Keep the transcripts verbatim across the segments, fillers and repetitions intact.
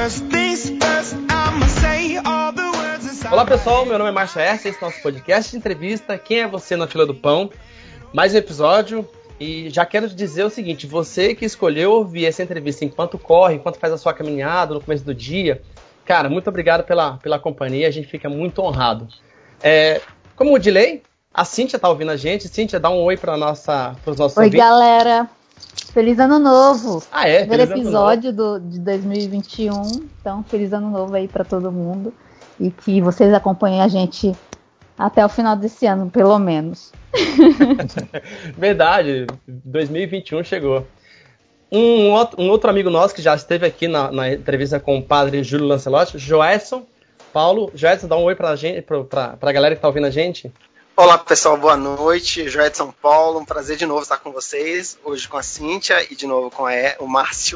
Olá pessoal, meu nome é Márcio Herce, esse é o nosso podcast de entrevista, Quem é Você na Fila do Pão? Mais um episódio, e já quero dizer o seguinte, você que escolheu ouvir essa entrevista enquanto corre, enquanto faz a sua caminhada no começo do dia, cara, muito obrigado pela, pela companhia, a gente fica muito honrado. É, como de lei, a Cíntia tá ouvindo a gente. Cíntia, dá um oi para nossa, pros nossos Oi, ouvintes. galera! Feliz Ano Novo! Ah, é? Primeiro Feliz episódio do, de dois mil e vinte e um. Então, feliz Ano Novo aí para todo mundo. E que vocês acompanhem a gente até o final desse ano, pelo menos. Verdade, dois mil e vinte e um chegou. Um outro, um outro amigo nosso que já esteve aqui na, na entrevista com o padre Júlio Lancelotti, Joedson Paulo. Joedson, dá um oi pra, gente, pra, pra, pra galera que tá ouvindo a gente. Olá pessoal, boa noite, Joedson Paulo, um prazer de novo estar com vocês, hoje com a Cíntia e de novo com a e, o Márcio.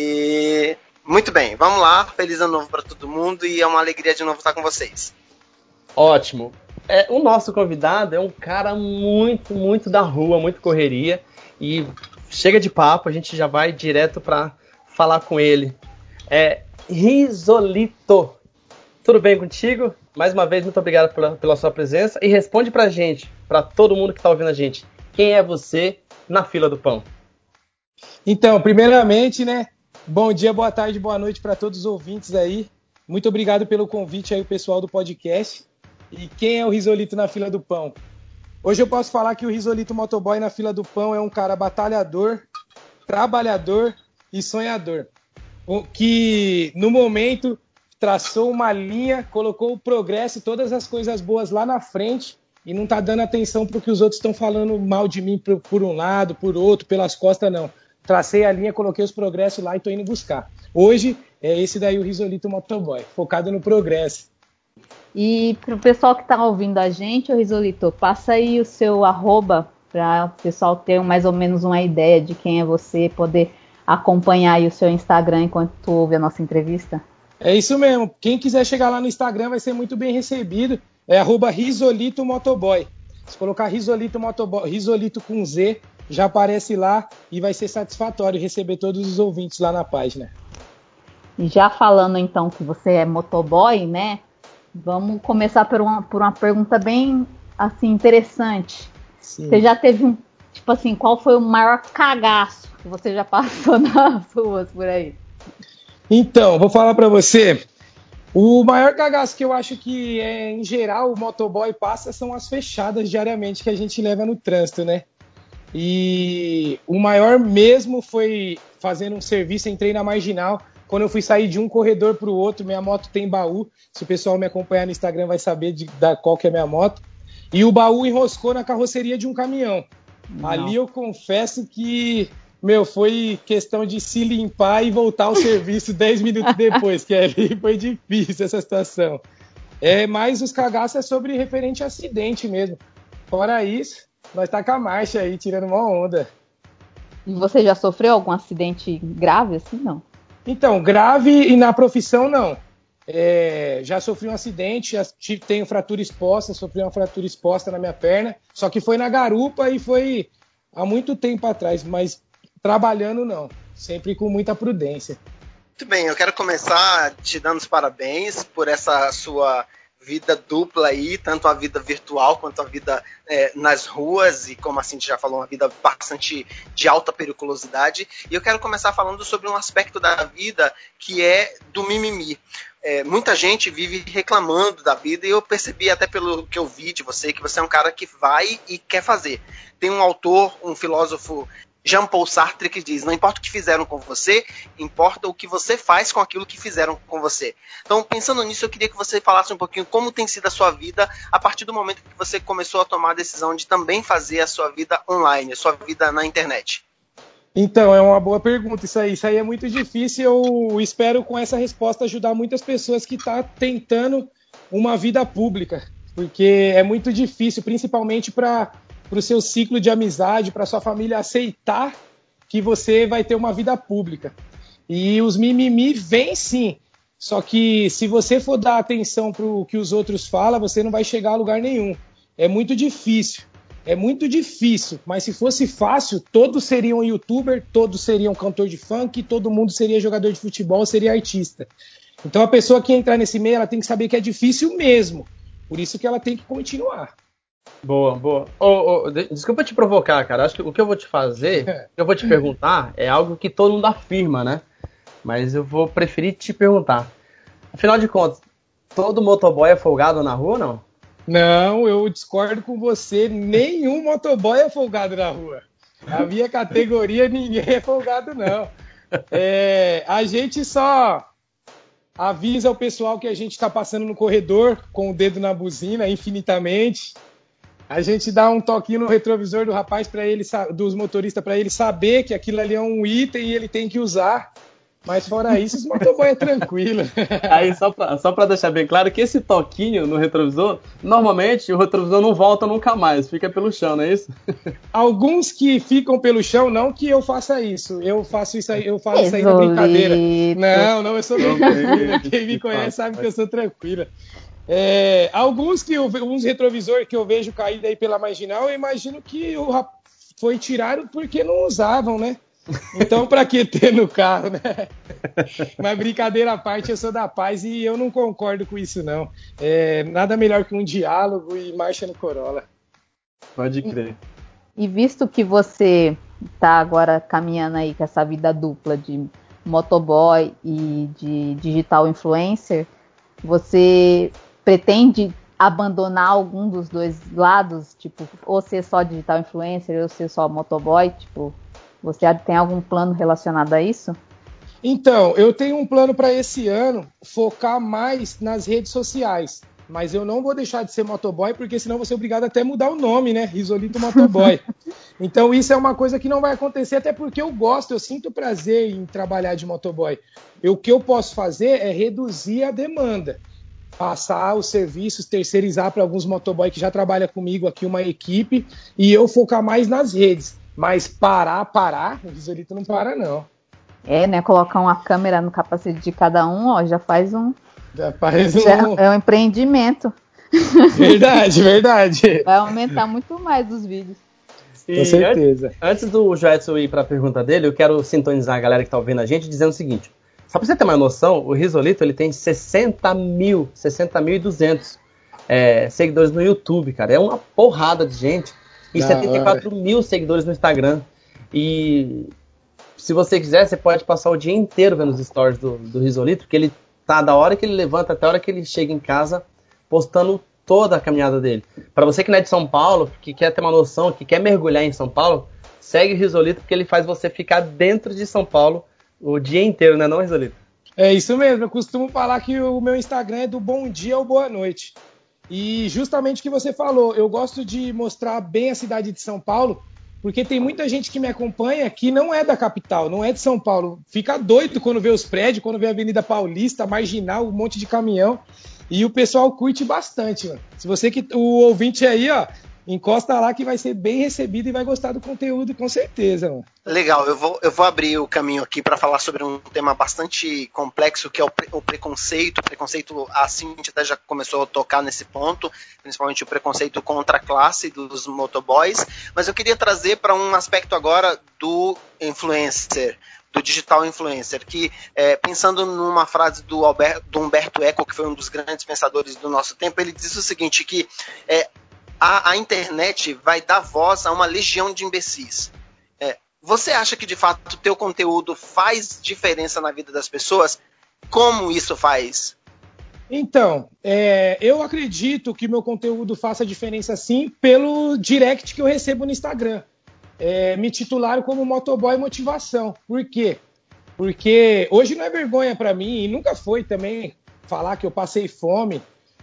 E muito bem, vamos lá, feliz ano novo para todo mundo e é uma alegria de novo estar com vocês. Ótimo. É, o nosso convidado é um cara muito, muito da rua, muito correria, e chega de papo, a gente já vai direto para falar com ele. É Risolito. Tudo bem contigo? Mais uma vez, muito obrigado pela, pela sua presença. E responde pra gente, pra todo mundo que tá ouvindo a gente. Quem é você na fila do pão? Então, primeiramente, né? Bom dia, boa tarde, boa noite para todos os ouvintes aí. Muito obrigado pelo convite aí, o pessoal do podcast. E quem é o Risolito na fila do pão? Hoje eu posso falar que o Risolito Motoboy na fila do pão é um cara batalhador, trabalhador e sonhador. Que, no momento, traçou uma linha, colocou o progresso e todas as coisas boas lá na frente e não tá dando atenção pro que os outros estão falando mal de mim por, por um lado, por outro, pelas costas, não. Tracei a linha, coloquei os progressos lá e tô indo buscar. Hoje é esse daí o Risolito Motoboy, focado no progresso. E pro pessoal que tá ouvindo a gente, ô Risolito, passa aí o seu arroba para o pessoal ter mais ou menos uma ideia de quem é você, poder acompanhar aí o seu Instagram enquanto tu ouve a nossa entrevista. É isso mesmo. Quem quiser chegar lá no Instagram vai ser muito bem recebido. É arroba Risolito Motoboy. Se colocar Risolito Motoboy, Risolito com Z, já aparece lá e vai ser satisfatório receber todos os ouvintes lá na página. E já falando então que você é motoboy, né? Vamos começar por uma, por uma pergunta bem assim interessante. Sim. Você já teve um, tipo assim, qual foi o maior cagaço que você já passou nas ruas por aí? Então, vou falar pra você, o maior cagaço que eu acho que, é, em geral, o motoboy passa são as fechadas diariamente que a gente leva no trânsito, né? E o maior mesmo foi fazendo um serviço, entrei na Marginal, quando eu fui sair de um corredor pro outro, minha moto tem baú, se o pessoal me acompanhar no Instagram vai saber de, da, qual que é a minha moto, e o baú enroscou na carroceria de um caminhão. Não. Ali eu confesso que... Meu, foi questão de se limpar e voltar ao serviço dez minutos depois, que ali foi difícil essa situação. É, mas os cagaços é sobre referente a acidente mesmo. Fora isso, nós tá com a marcha aí, tirando uma onda. E você já sofreu algum acidente grave assim, não? Então, grave e na profissão, não. É, já sofri um acidente, já tenho fratura exposta, sofri uma fratura exposta na minha perna, só que foi na garupa e foi há muito tempo atrás, mas... Trabalhando não, sempre com muita prudência. Muito bem, eu quero começar te dando os parabéns por essa sua vida dupla aí, tanto a vida virtual quanto a vida é, nas ruas, e como a Cintia já falou, uma vida bastante de alta periculosidade. E eu quero começar falando sobre um aspecto da vida que é do mimimi. É, muita gente vive reclamando da vida, e eu percebi até pelo que eu vi de você, que você é um cara que vai e quer fazer. Tem um autor, um filósofo, Jean-Paul Sartre, que diz, não importa o que fizeram com você, importa o que você faz com aquilo que fizeram com você. Então, pensando nisso, eu queria que você falasse um pouquinho como tem sido a sua vida a partir do momento que você começou a tomar a decisão de também fazer a sua vida online, a sua vida na internet. Então, é uma boa pergunta isso aí. Isso aí é muito difícil. Eu espero com essa resposta ajudar muitas pessoas que estão tentando uma vida pública, porque é muito difícil, principalmente para... para o seu ciclo de amizade, para sua família aceitar que você vai ter uma vida pública. E os mimimi vêm sim, só que se você for dar atenção para o que os outros falam, você não vai chegar a lugar nenhum. É muito difícil, é muito difícil, mas se fosse fácil, todos seriam youtuber, todos seriam cantor de funk, todo mundo seria jogador de futebol, seria artista. Então a pessoa que entrar nesse meio, ela tem que saber que é difícil mesmo. Por isso que ela tem que continuar. Boa, boa. Oh, oh, desculpa te provocar, cara. Acho que o que eu vou te fazer, o que eu vou te perguntar, é algo que todo mundo afirma, né? Mas eu vou preferir te perguntar. Afinal de contas, todo motoboy é folgado na rua ou não? Não, eu discordo com você. Nenhum motoboy é folgado na rua. A minha categoria, ninguém é folgado, não. É, a gente só avisa o pessoal que a gente está passando no corredor com o dedo na buzina, infinitamente. A gente dá um toquinho no retrovisor do rapaz, para ele, dos motoristas, para ele saber que aquilo ali é um item e ele tem que usar. Mas fora isso, os motoboy é tranquilo. Aí, só pra, só pra deixar bem claro que esse toquinho no retrovisor, normalmente o retrovisor não volta nunca mais, fica pelo chão, não é isso? Alguns que ficam pelo chão, não que eu faça isso. Eu faço isso aí, eu faço isso aí na brincadeira. Não, não, eu sou bem tranquila. Quem me conhece sabe que eu sou tranquila. É, alguns que eu, uns retrovisores que eu vejo caído aí pela marginal, eu imagino que o, foi tirado porque não usavam, né? Então, pra que ter no carro, né? Mas brincadeira à parte, eu sou da paz e eu não concordo com isso, não. É, nada melhor que um diálogo e marcha no Corolla. Pode crer. E, e visto que você tá agora caminhando aí com essa vida dupla de motoboy e de digital influencer, você pretende abandonar algum dos dois lados? Tipo, ou ser só digital influencer ou ser só motoboy? Tipo... Você tem algum plano relacionado a isso? Então, eu tenho um plano para esse ano focar mais nas redes sociais. Mas eu não vou deixar de ser motoboy, porque senão vou ser obrigado até a mudar o nome, né? Risolito Motoboy. Então isso é uma coisa que não vai acontecer, até porque eu gosto, eu sinto prazer em trabalhar de motoboy. E o que eu posso fazer é reduzir a demanda. Passar os serviços, terceirizar para alguns motoboy que já trabalham comigo aqui, uma equipe, e eu focar mais nas redes. Mas parar, parar, o Risolito não para, não. É, né? Colocar uma câmera no capacete de cada um, ó, já faz um... Já faz um... Já é um empreendimento. Verdade, verdade. Vai aumentar muito mais os vídeos. E Com certeza. Antes, antes do Joedson ir para a pergunta dele, eu quero sintonizar a galera que está ouvindo a gente dizendo o seguinte. Só para você ter uma noção, o Risolito ele tem sessenta mil, sessenta mil e duzentos é, seguidores no YouTube, cara. É uma porrada de gente. E da setenta e quatro hora. Mil seguidores no Instagram. E se você quiser, você pode passar o dia inteiro vendo os stories do, do Risolito, porque ele tá da hora que ele levanta até a hora que ele chega em casa, postando toda a caminhada dele. Para você que não é de São Paulo, que quer ter uma noção, que quer mergulhar em São Paulo, segue o Risolito, porque ele faz você ficar dentro de São Paulo o dia inteiro, né não, Risolito? É isso mesmo, eu costumo falar que o meu Instagram é do bom dia ou boa noite. E justamente o que você falou, eu gosto de mostrar bem a cidade de São Paulo, porque tem muita gente que me acompanha que não é da capital, não é de São Paulo. Fica doido quando vê os prédios, quando vê a Avenida Paulista, Marginal, um monte de caminhão. E o pessoal curte bastante, mano. Se você que o ouvinte aí, ó, encosta lá que vai ser bem recebido e vai gostar do conteúdo, com certeza, mano. Legal, eu vou, eu vou abrir o caminho aqui para falar sobre um tema bastante complexo, que é o, pre, o preconceito. O preconceito, a Cintia até já começou a tocar nesse ponto, principalmente o preconceito contra a classe dos motoboys. Mas eu queria trazer para um aspecto agora do influencer, do digital influencer, que é, pensando numa frase do, Albert, do Humberto Eco, que foi um dos grandes pensadores do nosso tempo, ele diz o seguinte, que é, a, a internet vai dar voz a uma legião de imbecis. É, você acha que de fato o teu conteúdo faz diferença na vida das pessoas? Como isso faz? Então, é, eu acredito que meu conteúdo faça diferença sim pelo direct que eu recebo no Instagram. É, me titularam como motoboy motivação. Por quê? Porque hoje não é vergonha para mim, e nunca foi também, falar que eu passei fome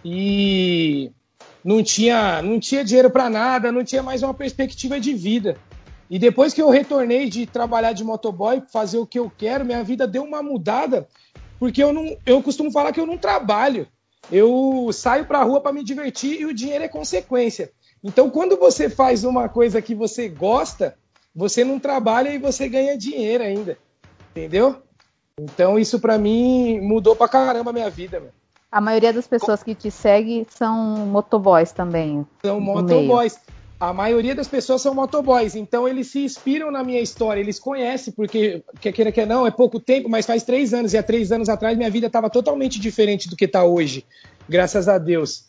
e não tinha, não tinha dinheiro para nada, não tinha mais uma perspectiva de vida. E depois que eu retornei de trabalhar de motoboy, fazer o que eu quero, minha vida deu uma mudada, porque eu, não, eu costumo falar que eu não trabalho. Eu saio para a rua para me divertir e o dinheiro é consequência. Então, quando você faz uma coisa que você gosta, você não trabalha e você ganha dinheiro ainda. Entendeu? Então, isso para mim mudou pra caramba a minha vida, meu. A maioria das pessoas que te seguem são motoboys também. São motoboys. a maioria das pessoas são motoboys, então eles se inspiram na minha história, eles conhecem, porque, quer queira que não, é pouco tempo, mas faz três anos, e há três anos atrás minha vida estava totalmente diferente do que está hoje, graças a Deus.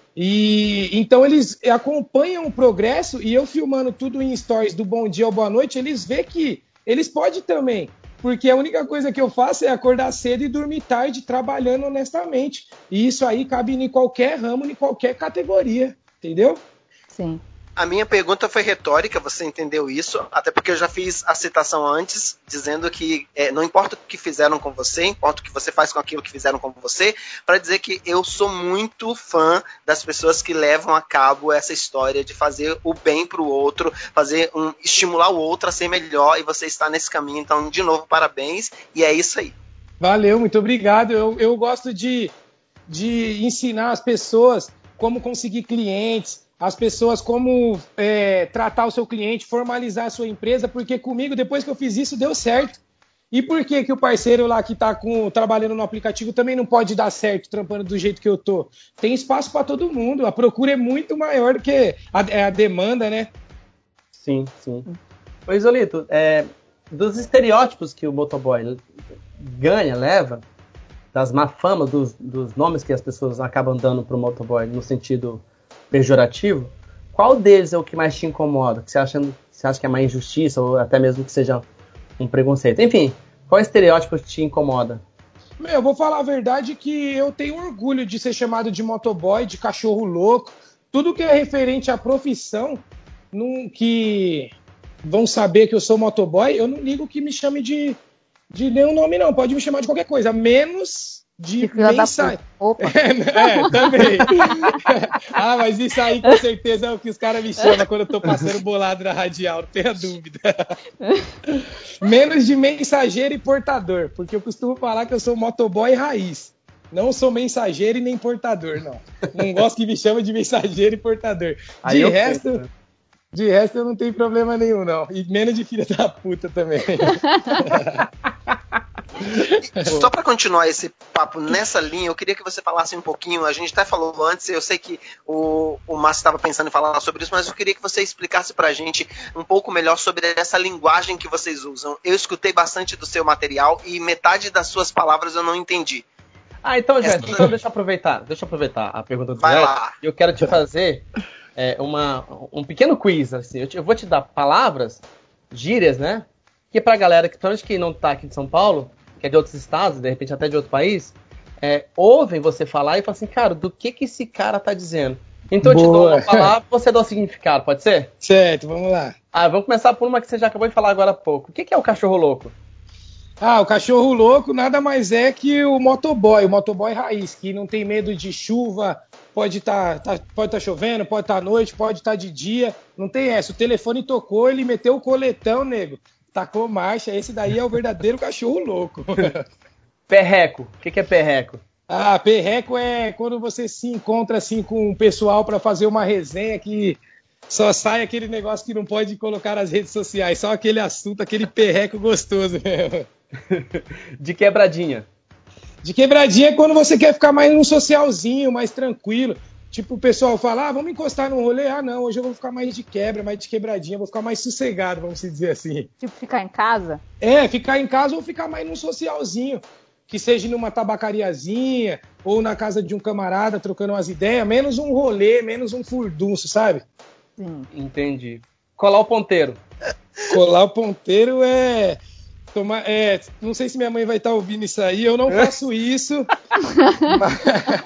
E então eles acompanham o progresso, e eu filmando tudo em stories do bom dia ou boa noite, eles veem que eles podem também, porque a única coisa que eu faço é acordar cedo e dormir tarde, trabalhando honestamente, e isso aí cabe em qualquer ramo, em qualquer categoria, entendeu? Sim. A minha pergunta foi retórica, você entendeu isso? Até porque eu já fiz a citação antes, dizendo que é, não importa o que fizeram com você, importa o que você faz com aquilo que fizeram com você, para dizer que eu sou muito fã das pessoas que levam a cabo essa história de fazer o bem para o outro, fazer um, estimular o outro a ser melhor, e você está nesse caminho. Então, de novo, parabéns, e é isso aí. Valeu, muito obrigado. Eu, eu gosto de, de ensinar as pessoas como conseguir clientes, as pessoas como é, tratar o seu cliente, formalizar a sua empresa, porque comigo, depois que eu fiz isso, deu certo. E por que que o parceiro lá que está trabalhando no aplicativo também não pode dar certo, trampando do jeito que eu tô? Tem espaço para todo mundo, a procura é muito maior do que a, a demanda, né? Sim, sim. Ô Isolito, é, dos estereótipos que o motoboy ganha, leva, das má fama, dos, dos nomes que as pessoas acabam dando pro motoboy no sentido pejorativo, qual deles é o que mais te incomoda? Que você acha, você acha que é uma injustiça ou até mesmo que seja um preconceito? Enfim, qual estereótipo te incomoda? Meu, eu vou falar a verdade que eu tenho orgulho de ser chamado de motoboy, de cachorro louco, tudo que é referente à profissão, num, que vão saber que eu sou motoboy, eu não ligo que me chame de, de nenhum nome não, pode me chamar de qualquer coisa, menos de mensagem. Opa. É, é, também. Ah, mas isso aí com certeza é o que os caras me chamam quando eu tô passando bolado na radial, não tenha dúvida. Menos de mensageiro e portador, porque eu costumo falar que eu sou motoboy raiz. Não sou mensageiro e nem portador, não. Não gosto que me chame de mensageiro e portador. Aí De eu resto, penso, né? de resto eu não tenho problema nenhum, não. E menos de filha da puta também. Só para continuar esse papo nessa linha, eu queria que você falasse um pouquinho, a gente até falou antes, eu sei que o, o Márcio estava pensando em falar sobre isso, mas eu queria que você explicasse pra gente um pouco melhor sobre essa linguagem que vocês usam. Eu escutei bastante do seu material e metade das suas palavras eu não entendi. Ah, então, Jess, Essa... então deixa eu aproveitar, deixa eu aproveitar a pergunta do Vai Jess. lá. Eu quero te fazer é, uma, um pequeno quiz, assim. Eu, te, eu vou te dar palavras, gírias, né? Que pra galera, que principalmente que não tá aqui de São Paulo, que é de outros estados, de repente até de outro país, é, ouvem você falar e falam assim, cara, do que que esse cara tá dizendo? Então eu te dou uma palavra, você dá o significado, pode ser? Certo, vamos lá. Ah, vamos começar por uma que você já acabou de falar agora há pouco. O que que é o cachorro louco? Ah, o cachorro louco nada mais é que o motoboy, o motoboy raiz, que não tem medo de chuva, pode estar tá, tá, pode tá chovendo, pode estar tá à noite, pode estar tá de dia, não tem essa. O telefone tocou, ele meteu o coletão, nego, tacou marcha, esse daí é o verdadeiro cachorro louco. Perreco. O que que é perreco? Ah, perreco é quando você se encontra assim com o pessoal para fazer uma resenha que só sai aquele negócio que não pode colocar nas redes sociais, só aquele assunto, aquele perreco gostoso mesmo. De quebradinha. De quebradinha é quando você quer ficar mais num socialzinho, mais tranquilo. Tipo, o pessoal fala, ah, vamos encostar no rolê. Ah, não, hoje eu vou ficar mais de quebra, mais de quebradinha, vou ficar mais sossegado, vamos dizer assim. Tipo, ficar em casa? É, ficar em casa ou ficar mais num socialzinho. Que seja numa tabacariazinha ou na casa de um camarada trocando umas ideias. Menos um rolê, menos um furdunço, sabe? Sim. Entendi. Colar o ponteiro. Colar o ponteiro é... Tomar, é, não sei se minha mãe vai estar ouvindo isso aí, eu não faço isso, mas,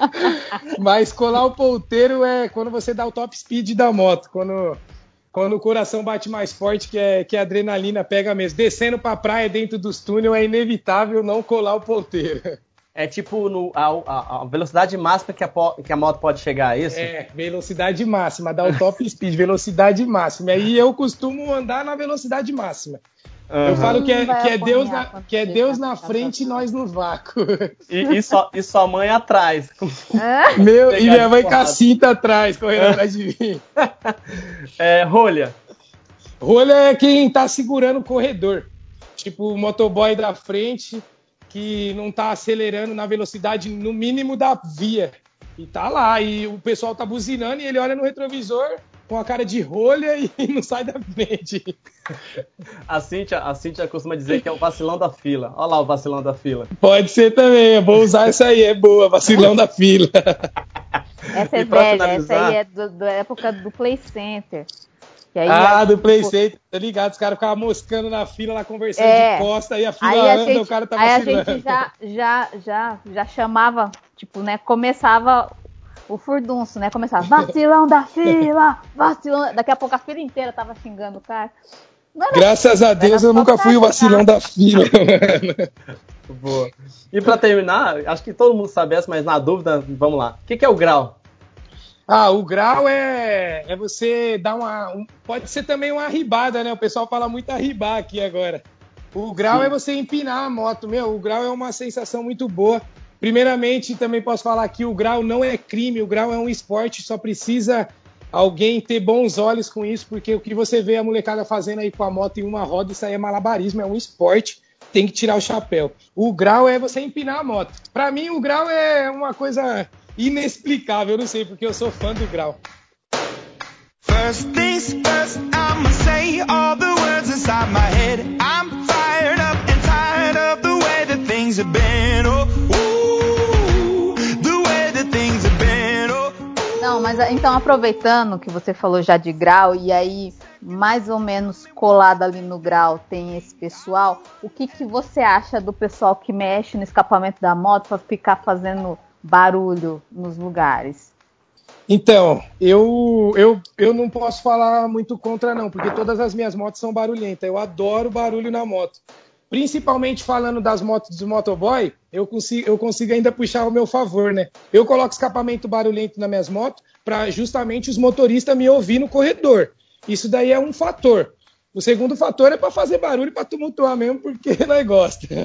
mas colar o ponteiro é quando você dá o top speed da moto, quando, quando o coração bate mais forte, que, é, que a adrenalina pega mesmo. Descendo pra praia dentro dos túneis é inevitável não colar o ponteiro. É tipo no, a, a, a velocidade máxima que a, que a moto pode chegar, é isso? É, velocidade máxima, dá o top speed, velocidade máxima. Aí eu costumo andar na velocidade máxima. Uhum. Eu falo que é, que é Deus, na, que é Deus na frente e nós no vácuo. E, e, só, e sua mãe atrás. É? Meu, e minha mãe com a cinta atrás, correndo atrás de mim. É, rolha. Rolha é quem tá segurando o corredor. Tipo o motoboy da frente que não tá acelerando na velocidade no mínimo da via. E tá lá, e o pessoal tá buzinando e ele olha no retrovisor, com a cara de rolha e não sai da frente. A Cíntia, a Cíntia costuma dizer que é o vacilão da fila. Olha lá o vacilão da fila. Pode ser também, é bom usar essa aí, é boa, vacilão da fila. Essa é velha, finalizar... essa aí é do, da época do Play Center. Aí, ah, do Play Center, tá ligado? Os caras ficavam moscando na fila, lá conversando é, de costa, aí a fila aí a anda, gente, o cara tá vacilando. Aí a gente já, já, já, já chamava, tipo, né, começava o furdunço, né, começava, vacilão da fila, vacilão, daqui a pouco a fila inteira tava xingando o cara. Graças a Deus eu nunca fui o vacilão da fila, mano. Boa. E pra terminar, acho que todo mundo sabe essa, mas na dúvida, vamos lá. O que, que é o grau? Ah, o grau é, é você dar uma... Um, pode ser também uma arribada, né? O pessoal fala muito arribar aqui agora. O grau Sim. é você empinar a moto, meu. O grau é uma sensação muito boa. Primeiramente, também posso falar que o grau não é crime, o grau é um esporte, só precisa alguém ter bons olhos com isso, porque o que você vê a molecada fazendo aí com a moto em uma roda, isso aí é malabarismo, é um esporte, tem que tirar o chapéu. O grau é você empinar a moto. Pra mim, o grau é uma coisa... inexplicável, eu não sei, porque eu sou fã do grau. First things first, I'ma say all the words inside my head. I'm fired up and tired of the way that things have been. Oh, ooh, the way that things have been. Oh, ooh. Não, mas então aproveitando que você falou já de grau e aí mais ou menos colado ali no grau tem esse pessoal, o que que você acha do pessoal que mexe no escapamento da moto para ficar fazendo barulho nos lugares? Então, eu, eu, eu não posso falar muito contra não, porque todas as minhas motos são barulhentas, eu adoro barulho na moto. Principalmente falando das motos do motoboy, eu consigo, eu consigo ainda puxar ao meu favor, né? Eu coloco escapamento barulhento nas minhas motos para justamente os motoristas me ouvir no corredor. Isso daí é um fator. O segundo fator é para fazer barulho, para tumultuar mesmo, porque nós gostamos.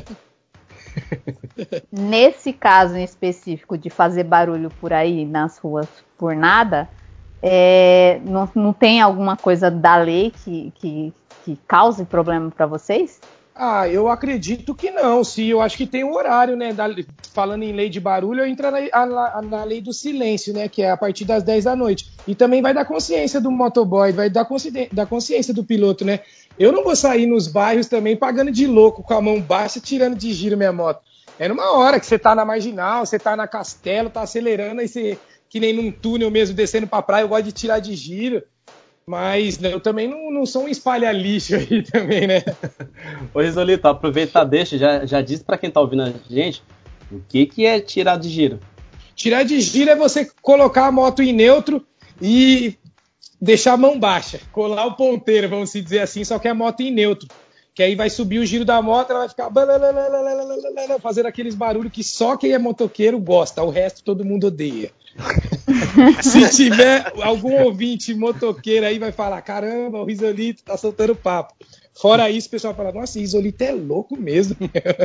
Nesse caso em específico de fazer barulho por aí nas ruas por nada, é, não, não tem alguma coisa da lei que, que, que cause problema para vocês? Ah, eu acredito que não. Se eu acho que tem um horário, né? Da, falando em lei de barulho, entra na, a, na lei do silêncio, né? Que é a partir das dez da noite. E também vai dar consciência do motoboy, vai dar consciência, da consciência do piloto, né? Eu não vou sair nos bairros também pagando de louco com a mão baixa, tirando de giro minha moto. É numa hora que você tá na marginal, você tá na Castelo, tá acelerando, aí você, que nem num túnel mesmo, descendo pra praia, eu gosto de tirar de giro. Mas né, eu também não, não sou um espalha-lixo aí também, né? Ô Risolito, aproveita, deixa, já, já diz pra quem tá ouvindo a gente, o que que é tirar de giro? Tirar de giro é você colocar a moto em neutro e deixar a mão baixa, colar o ponteiro, vamos dizer assim, só que a moto em neutro. Que aí vai subir o giro da moto, ela vai ficar fazendo aqueles barulhos que só quem é motoqueiro gosta, o resto todo mundo odeia. Se tiver algum ouvinte motoqueiro aí, vai falar, caramba, o Risolito tá soltando papo. Fora isso, o pessoal fala, nossa, o Risolito é louco mesmo.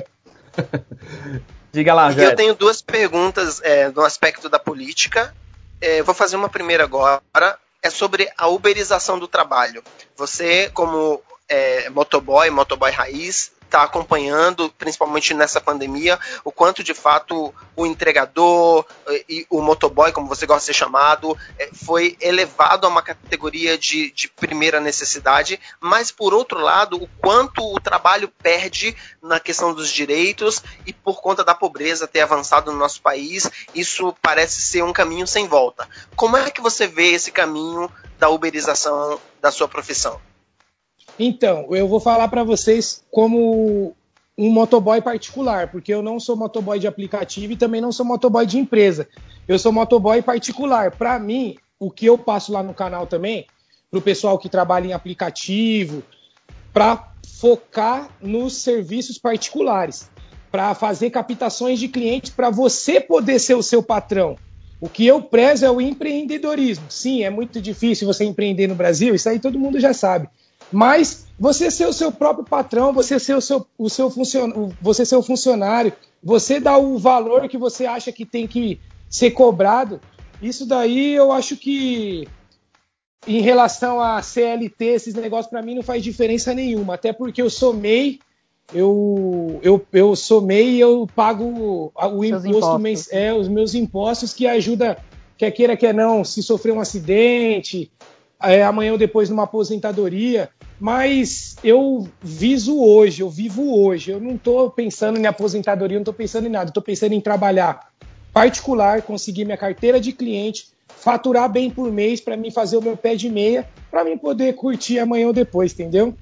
Diga lá, Jair. Eu tenho duas perguntas é, do aspecto da política. É, vou fazer uma primeira agora. É sobre a uberização do trabalho. Você, como é, motoboy, motoboy raiz, está acompanhando, principalmente nessa pandemia, o quanto de fato o entregador e o motoboy, como você gosta de ser chamado, foi elevado a uma categoria de, de primeira necessidade, mas por outro lado, o quanto o trabalho perde na questão dos direitos e por conta da pobreza ter avançado no nosso país, isso parece ser um caminho sem volta. Como é que você vê esse caminho da uberização da sua profissão? Então, eu vou falar para vocês como um motoboy particular, porque eu não sou motoboy de aplicativo e também não sou motoboy de empresa. Eu sou motoboy particular. Para mim, o que eu passo lá no canal também, para o pessoal que trabalha em aplicativo, para focar nos serviços particulares, para fazer captações de clientes, para você poder ser o seu patrão. O que eu prezo é o empreendedorismo. Sim, é muito difícil você empreender no Brasil, isso aí todo mundo já sabe. Mas você ser o seu próprio patrão, você ser o seu, o seu funcionário, você ser o funcionário, você dar o valor que você acha que tem que ser cobrado, isso daí eu acho que em relação a C L T, esses negócios para mim não faz diferença nenhuma, até porque eu sou M E I, eu, eu, eu sou M E I e eu pago o Seus imposto, mens, é, os meus impostos que ajuda, quer queira, quer não, se sofrer um acidente, é, amanhã ou depois numa aposentadoria, mas eu viso hoje, eu vivo hoje. Eu não estou pensando em aposentadoria, não estou pensando em nada. Estou pensando em trabalhar particular, conseguir minha carteira de cliente, faturar bem por mês para mim fazer o meu pé de meia, para mim poder curtir amanhã ou depois, entendeu?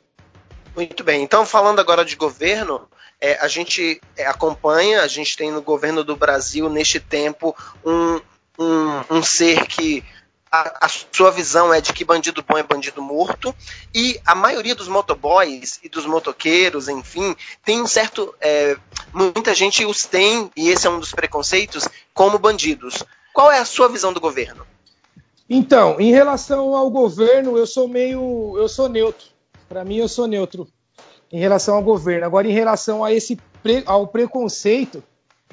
Muito bem. Então, falando agora de governo, é, a gente é, acompanha, a gente tem no governo do Brasil, neste tempo, um, um, um ser que A, a sua visão é de que bandido bom é bandido morto, e a maioria dos motoboys e dos motoqueiros, enfim, tem um certo... É, muita gente os tem, e esse é um dos preconceitos, como bandidos. Qual é a sua visão do governo? Então, em relação ao governo, eu sou meio... eu sou neutro. Para mim, eu sou neutro em relação ao governo. Agora, em relação a esse pre, ao preconceito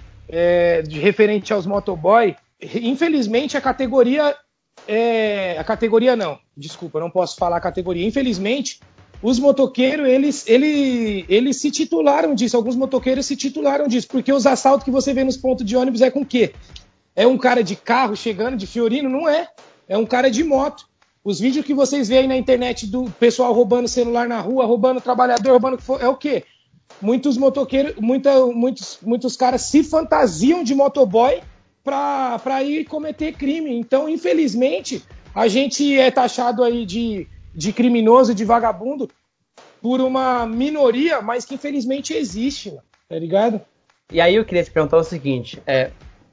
é, de referente aos motoboy, infelizmente, a categoria... É, a categoria não, desculpa, não posso falar a categoria. Infelizmente, os motoqueiros, eles, eles, eles se titularam disso, alguns motoqueiros se titularam disso, porque os assaltos que você vê nos pontos de ônibus é com o quê? É um cara de carro chegando, de Fiorino? Não é, é um cara de moto. Os vídeos que vocês veem aí na internet do pessoal roubando celular na rua, roubando trabalhador, roubando... é o quê? Muitos motoqueiros, muita, muitos, muitos caras se fantasiam de motoboy para ir cometer crime. Então, infelizmente, a gente é taxado aí de, de criminoso, de vagabundo, por uma minoria, mas que infelizmente existe, tá ligado? E aí eu queria te perguntar o seguinte, é,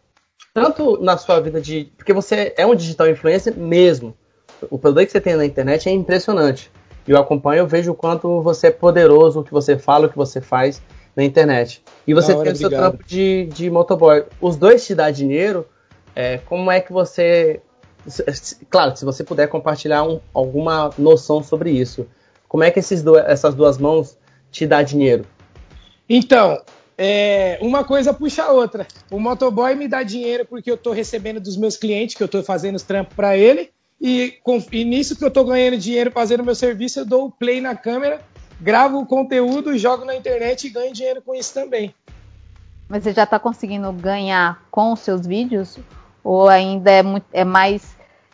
tanto na sua vida de... Porque você é um digital influencer mesmo. O poder que você tem na internet é impressionante. Eu acompanho, eu vejo o quanto você é poderoso, o que você fala, o que você faz na internet. E você hora, tem o seu obrigado. trampo de, de motoboy. Os dois te dão dinheiro, é, como é que você... Claro, se você puder compartilhar um, alguma noção sobre isso. Como é que esses do, essas duas mãos te dão dinheiro? Então, é, uma coisa puxa a outra. O motoboy me dá dinheiro porque eu estou recebendo dos meus clientes, que eu estou fazendo os trampos para ele, e, com, e nisso que eu estou ganhando dinheiro fazendo meu serviço, eu dou o play na câmera, gravo o conteúdo, jogo na internet e ganho dinheiro com isso também. Mas você já está conseguindo ganhar com os seus vídeos? Ou ainda é, muito, é mais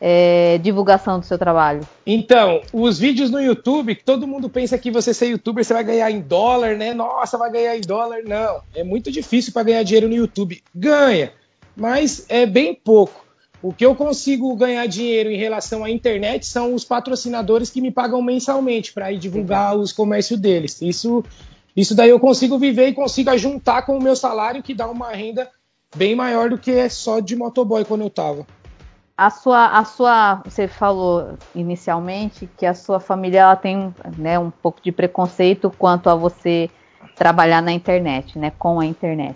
é, divulgação do seu trabalho? Então, os vídeos no YouTube, que todo mundo pensa que você ser youtuber, você vai ganhar em dólar, né? Nossa, vai ganhar em dólar. Não, é muito difícil para ganhar dinheiro no YouTube. Ganha, mas é bem pouco. O que eu consigo ganhar dinheiro em relação à internet são os patrocinadores que me pagam mensalmente para ir divulgar os comércios deles. Isso, isso daí eu consigo viver e consigo juntar com o meu salário, que dá uma renda bem maior do que só de motoboy quando eu tava. A sua, a sua, você falou inicialmente que a sua família ela tem, né, um pouco de preconceito quanto a você trabalhar na internet, né, com a internet.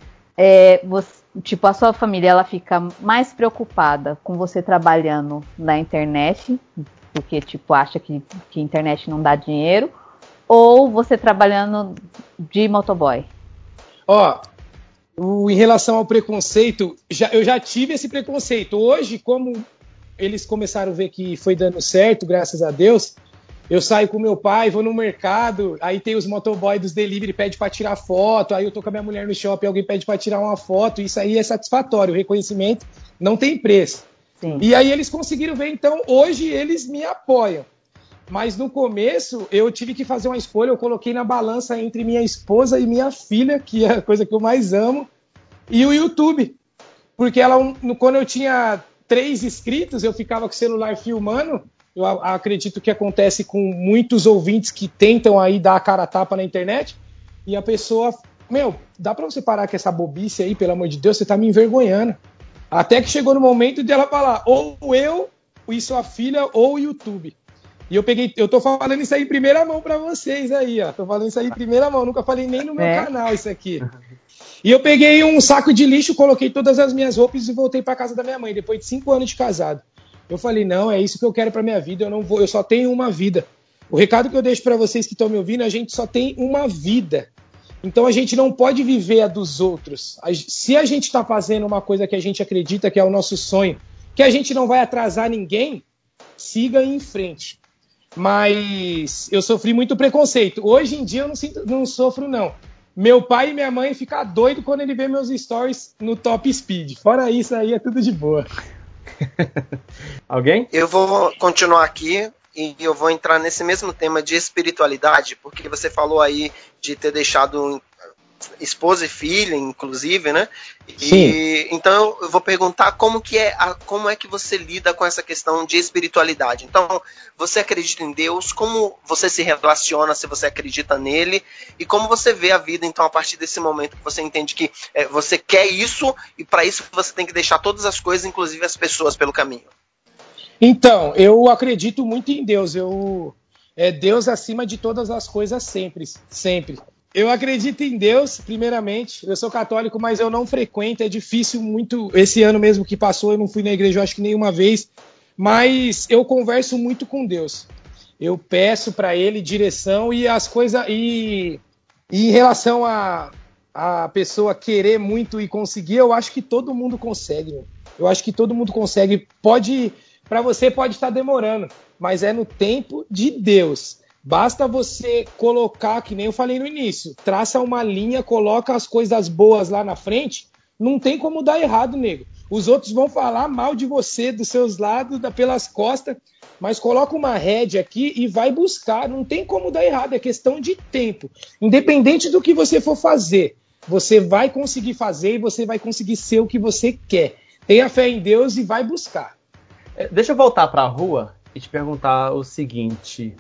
É, você, tipo, a sua família ela fica mais preocupada com você trabalhando na internet, porque tipo acha que, que a internet não dá dinheiro, ou você trabalhando de motoboy? Ó, o, em relação ao preconceito, já, eu já tive esse preconceito. Hoje, como eles começaram a ver que foi dando certo, graças a Deus, eu saio com meu pai, vou no mercado, aí tem os motoboys dos delivery, pede para tirar foto, aí eu tô com a minha mulher no shopping, alguém pede para tirar uma foto, isso aí é satisfatório, o reconhecimento não tem preço. Sim. E aí eles conseguiram ver, então hoje eles me apoiam. Mas no começo eu tive que fazer uma escolha, eu coloquei na balança entre minha esposa e minha filha, que é a coisa que eu mais amo, e o YouTube. Porque ela, quando eu tinha três inscritos, eu ficava com o celular filmando. Eu acredito que acontece com muitos ouvintes que tentam aí dar a cara a tapa na internet, e a pessoa, meu, dá pra você parar com essa bobice aí, pelo amor de Deus, você tá me envergonhando. Até que chegou no momento de ela falar, ou eu, e sua filha, ou o YouTube. E eu peguei, eu tô falando isso aí em primeira mão pra vocês aí, ó. Tô falando isso aí em primeira mão, nunca falei nem no meu É. canal isso aqui. E eu peguei um saco de lixo, coloquei todas as minhas roupas e voltei pra casa da minha mãe, depois de cinco anos de casado. Eu falei, não, é isso que eu quero pra minha vida, eu não vou, eu só tenho uma vida. O recado que eu deixo pra vocês que estão me ouvindo, a gente só tem uma vida. Então a gente não pode viver a dos outros. Se a gente tá fazendo uma coisa que a gente acredita que é o nosso sonho, que a gente não vai atrasar ninguém, siga em frente. Mas eu sofri muito preconceito. Hoje em dia eu não, sinto, não sofro, não. Meu pai e minha mãe ficam doidos quando ele vê meus stories no Top Speed. Fora isso aí, é tudo de boa. Alguém? Eu vou continuar aqui e eu vou entrar nesse mesmo tema de espiritualidade, porque você falou aí de ter deixado esposa e filha, inclusive, né? Sim. E então eu vou perguntar como que é, a, como é que você lida com essa questão de espiritualidade. Então, você acredita em Deus? Como você se relaciona, se você acredita nele? E como você vê a vida, então, a partir desse momento que você entende que é, você quer isso e para isso você tem que deixar todas as coisas, inclusive as pessoas, pelo caminho? Então, eu acredito muito em Deus. Eu é Deus acima de todas as coisas sempre, sempre. Eu acredito em Deus, primeiramente. Eu sou católico, mas eu não frequento. É difícil muito. Esse ano mesmo que passou, eu não fui na igreja, eu acho que nenhuma vez. Mas eu converso muito com Deus. Eu peço para Ele direção e as coisas. E, e em relação a a pessoa querer muito e conseguir, eu acho que todo mundo consegue. Meu. Eu acho que todo mundo consegue. Pode, para você pode estar demorando, mas é no tempo de Deus. Basta você colocar, que nem eu falei no início, traça uma linha, coloca as coisas boas lá na frente, não tem como dar errado, nego. Os outros vão falar mal de você, dos seus lados, pelas costas, mas coloca uma rédea aqui e vai buscar, não tem como dar errado, é questão de tempo. Independente do que você for fazer, você vai conseguir fazer e você vai conseguir ser o que você quer. Tenha fé em Deus e vai buscar. Deixa eu voltar para a rua e te perguntar o seguinte...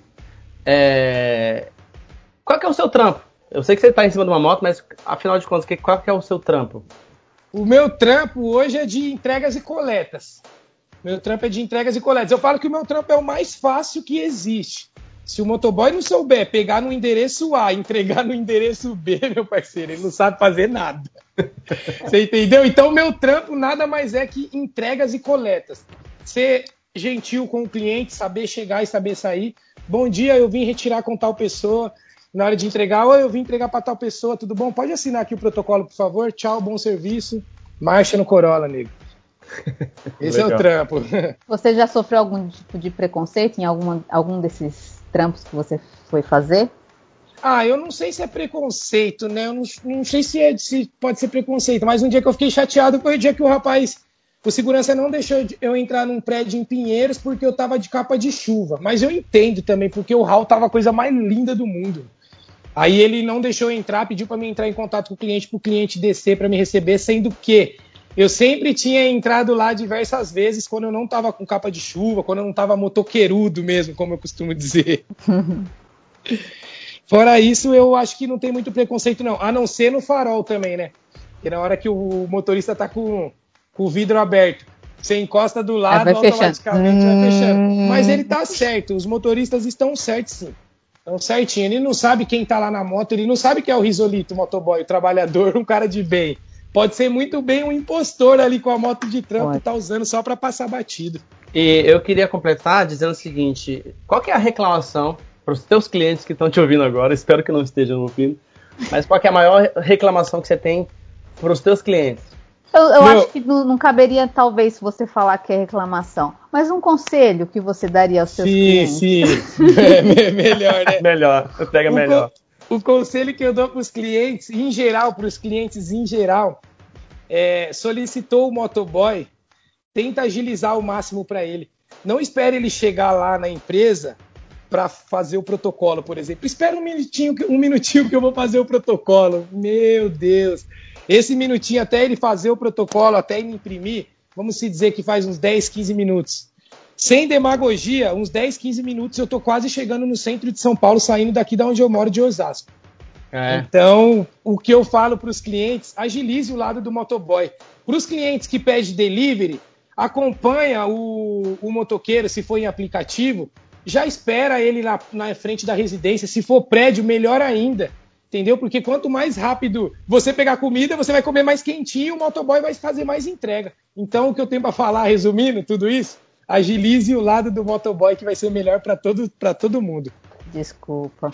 É... Qual que é o seu trampo? Eu sei que você está em cima de uma moto, mas afinal de contas, qual que é o seu trampo? O meu trampo hoje é de entregas e coletas. Meu trampo é de entregas e coletas. Eu falo que o meu trampo é o mais fácil que existe. Se o motoboy não souber pegar no endereço A e entregar no endereço B, meu parceiro, ele não sabe fazer nada. Você entendeu? Então, o meu trampo nada mais é que entregas e coletas. Ser gentil com o cliente, saber chegar e saber sair. Bom dia, eu vim retirar com tal pessoa. Na hora de entregar, ou eu vim entregar para tal pessoa, tudo bom? Pode assinar aqui o protocolo, por favor. Tchau, bom serviço. Marcha no Corolla, nego. Esse Legal. é o trampo. Você já sofreu algum tipo de preconceito em alguma, algum desses trampos que você foi fazer? Ah, eu não sei se é preconceito, né? Eu não, não sei se, é, se pode ser preconceito, mas um dia que eu fiquei chateado foi o dia que o rapaz, o segurança não deixou eu entrar num prédio em Pinheiros porque eu tava de capa de chuva. Mas eu entendo também, porque o hall tava a coisa mais linda do mundo. Aí ele não deixou eu entrar, pediu para mim entrar em contato com o cliente, para o cliente descer para me receber, sendo que eu sempre tinha entrado lá diversas vezes quando eu não estava com capa de chuva, quando eu não estava motoqueirudo mesmo, como eu costumo dizer. Fora isso, eu acho que não tem muito preconceito não, a não ser no farol também, né? Porque na hora que o motorista tá com, com o vidro aberto, você encosta do lado, vai automaticamente fechando. vai fechando. Mas ele tá certo, os motoristas estão certos sim. Então, certinho, ele não sabe quem tá lá na moto, ele não sabe que é o Risolito, o motoboy, o trabalhador, um cara de bem. Pode ser muito bem um impostor ali com a moto de trampo e tá usando só para passar batido. E eu queria completar dizendo o seguinte, qual que é a reclamação para os teus clientes que estão te ouvindo agora, espero que não estejam ouvindo, mas qual que é a maior reclamação que você tem para os teus clientes? Eu, eu Meu... acho que não, não caberia, talvez, se você falar que é reclamação, mas um conselho que você daria aos seus sim, clientes. Sim, sim. É, melhor, né? Melhor, pega o melhor. Co- o conselho que eu dou para os clientes, em geral, para os clientes em geral, é, solicitou o motoboy, tenta agilizar ao máximo para ele. Não espere ele chegar lá na empresa para fazer o protocolo, por exemplo. Espera um minutinho, um minutinho que eu vou fazer o protocolo. Meu Deus. Esse minutinho até ele fazer o protocolo, até ele imprimir, vamos se dizer que faz uns dez, quinze minutos. Sem demagogia, uns dez, quinze minutos eu tô quase chegando no centro de São Paulo, saindo daqui de onde eu moro, de Osasco. É. Então, o que eu falo para os clientes, agilize o lado do motoboy. Para os clientes que pedem delivery, acompanha o, o motoqueiro, se for em aplicativo, já espera ele na, na frente da residência. Se for prédio, melhor ainda. Entendeu? Porque quanto mais rápido você pegar comida, você vai comer mais quentinho, o motoboy vai fazer mais entrega. Então, o que eu tenho para falar, resumindo tudo isso, agilize o lado do motoboy, que vai ser melhor para todo, para todo mundo. Desculpa.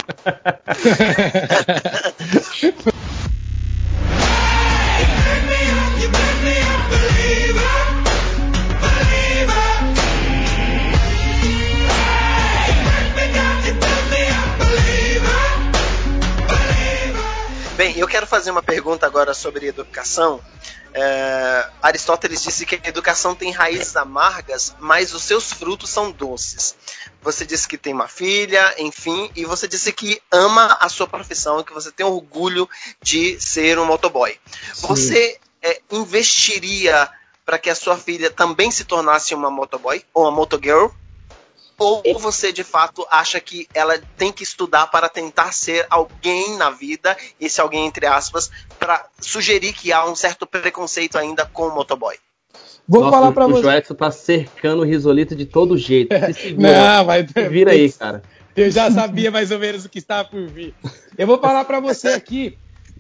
Bem, eu quero fazer uma pergunta agora sobre educação. É, Aristóteles disse que a educação tem raízes amargas, mas os seus frutos são doces. Você disse que tem uma filha, enfim, e você disse que ama a sua profissão e que você tem orgulho de ser um motoboy. Sim. Você é, investiria para que a sua filha também se tornasse uma motoboy ou uma motogirl? Ou você, de fato, acha que ela tem que estudar para tentar ser alguém na vida, esse alguém, entre aspas, para sugerir que há um certo preconceito ainda com o motoboy? Vou Nossa, falar para você. O Joelson tá cercando o Risolito de todo jeito. Se segura, Não, mas se vira aí, cara. Eu já sabia mais ou menos o que estava por vir. Eu vou falar para você aqui,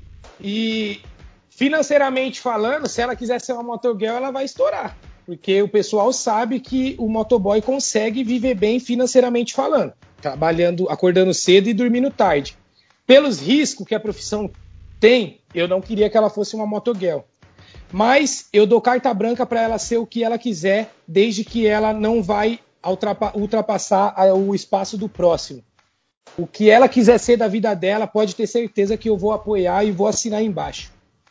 e financeiramente falando, se ela quiser ser uma motogirl, ela vai estourar. Porque o pessoal sabe que o motoboy consegue viver bem financeiramente falando, trabalhando, acordando cedo e dormindo tarde. Pelos riscos que a profissão tem, eu não queria que ela fosse uma motogirl. Mas eu dou carta branca para ela ser o que ela quiser, desde que ela não vai ultrapassar o espaço do próximo. O que ela quiser ser da vida dela, pode ter certeza que eu vou apoiar e vou assinar embaixo.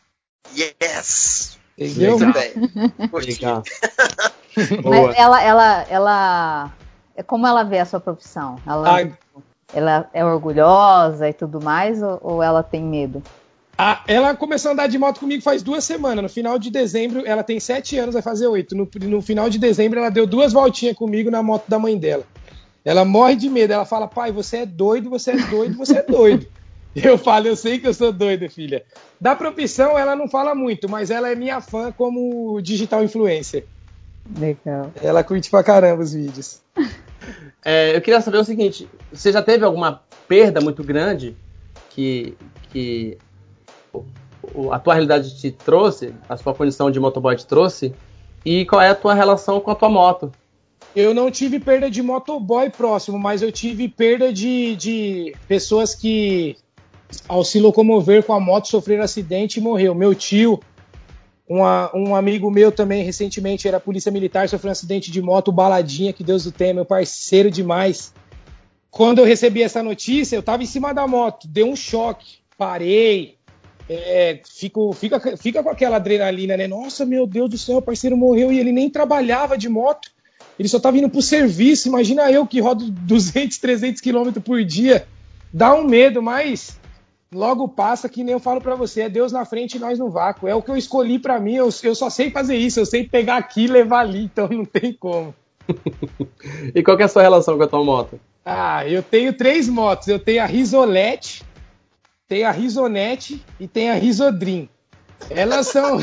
Yes! Entendeu? Legal. Mas ela, ela, ela, como ela vê a sua profissão? Ela, ah, ela é orgulhosa e tudo mais, ou, ou ela tem medo? Ah, ela começou a andar de moto comigo faz duas semanas. No final de dezembro, ela tem sete anos, vai fazer oito. No, no final de dezembro, ela deu duas voltinhas comigo na moto da mãe dela. Ela morre de medo. Ela fala, pai, você é doido, você é doido, você é doido. Eu falo, eu sei que eu sou doido, filha. Da profissão, ela não fala muito, mas ela é minha fã como digital influencer. Legal. Ela curte pra caramba os vídeos. É, eu queria saber o seguinte, você já teve alguma perda muito grande que, que a tua realidade te trouxe, a sua condição de motoboy te trouxe, e qual é a tua relação com a tua moto? Eu não tive perda de motoboy próximo, mas eu tive perda de, de pessoas que, ao se locomover com a moto, sofreram acidente e morreu. Meu tio, uma, um amigo meu também, recentemente, era polícia militar, sofreu um acidente de moto, Baladinha, que Deus o tenha, meu parceiro demais. Quando eu recebi essa notícia, eu estava em cima da moto, deu um choque, parei, é, fico, fica, fica com aquela adrenalina, né? Nossa, meu Deus do céu, o parceiro morreu e ele nem trabalhava de moto. Ele só estava indo para o serviço. Imagina eu que rodo duzentos, trezentos quilômetros por dia. Dá um medo, mas logo passa, que nem eu falo para você. É Deus na frente e nós no vácuo. É o que eu escolhi para mim. Eu, eu só sei fazer isso. Eu sei pegar aqui e levar ali. Então não tem como. E qual que é a sua relação com a tua moto? Ah, eu tenho três motos. Eu tenho a Risolete, tenho a Risonete e tenho a Risodrim. Elas são...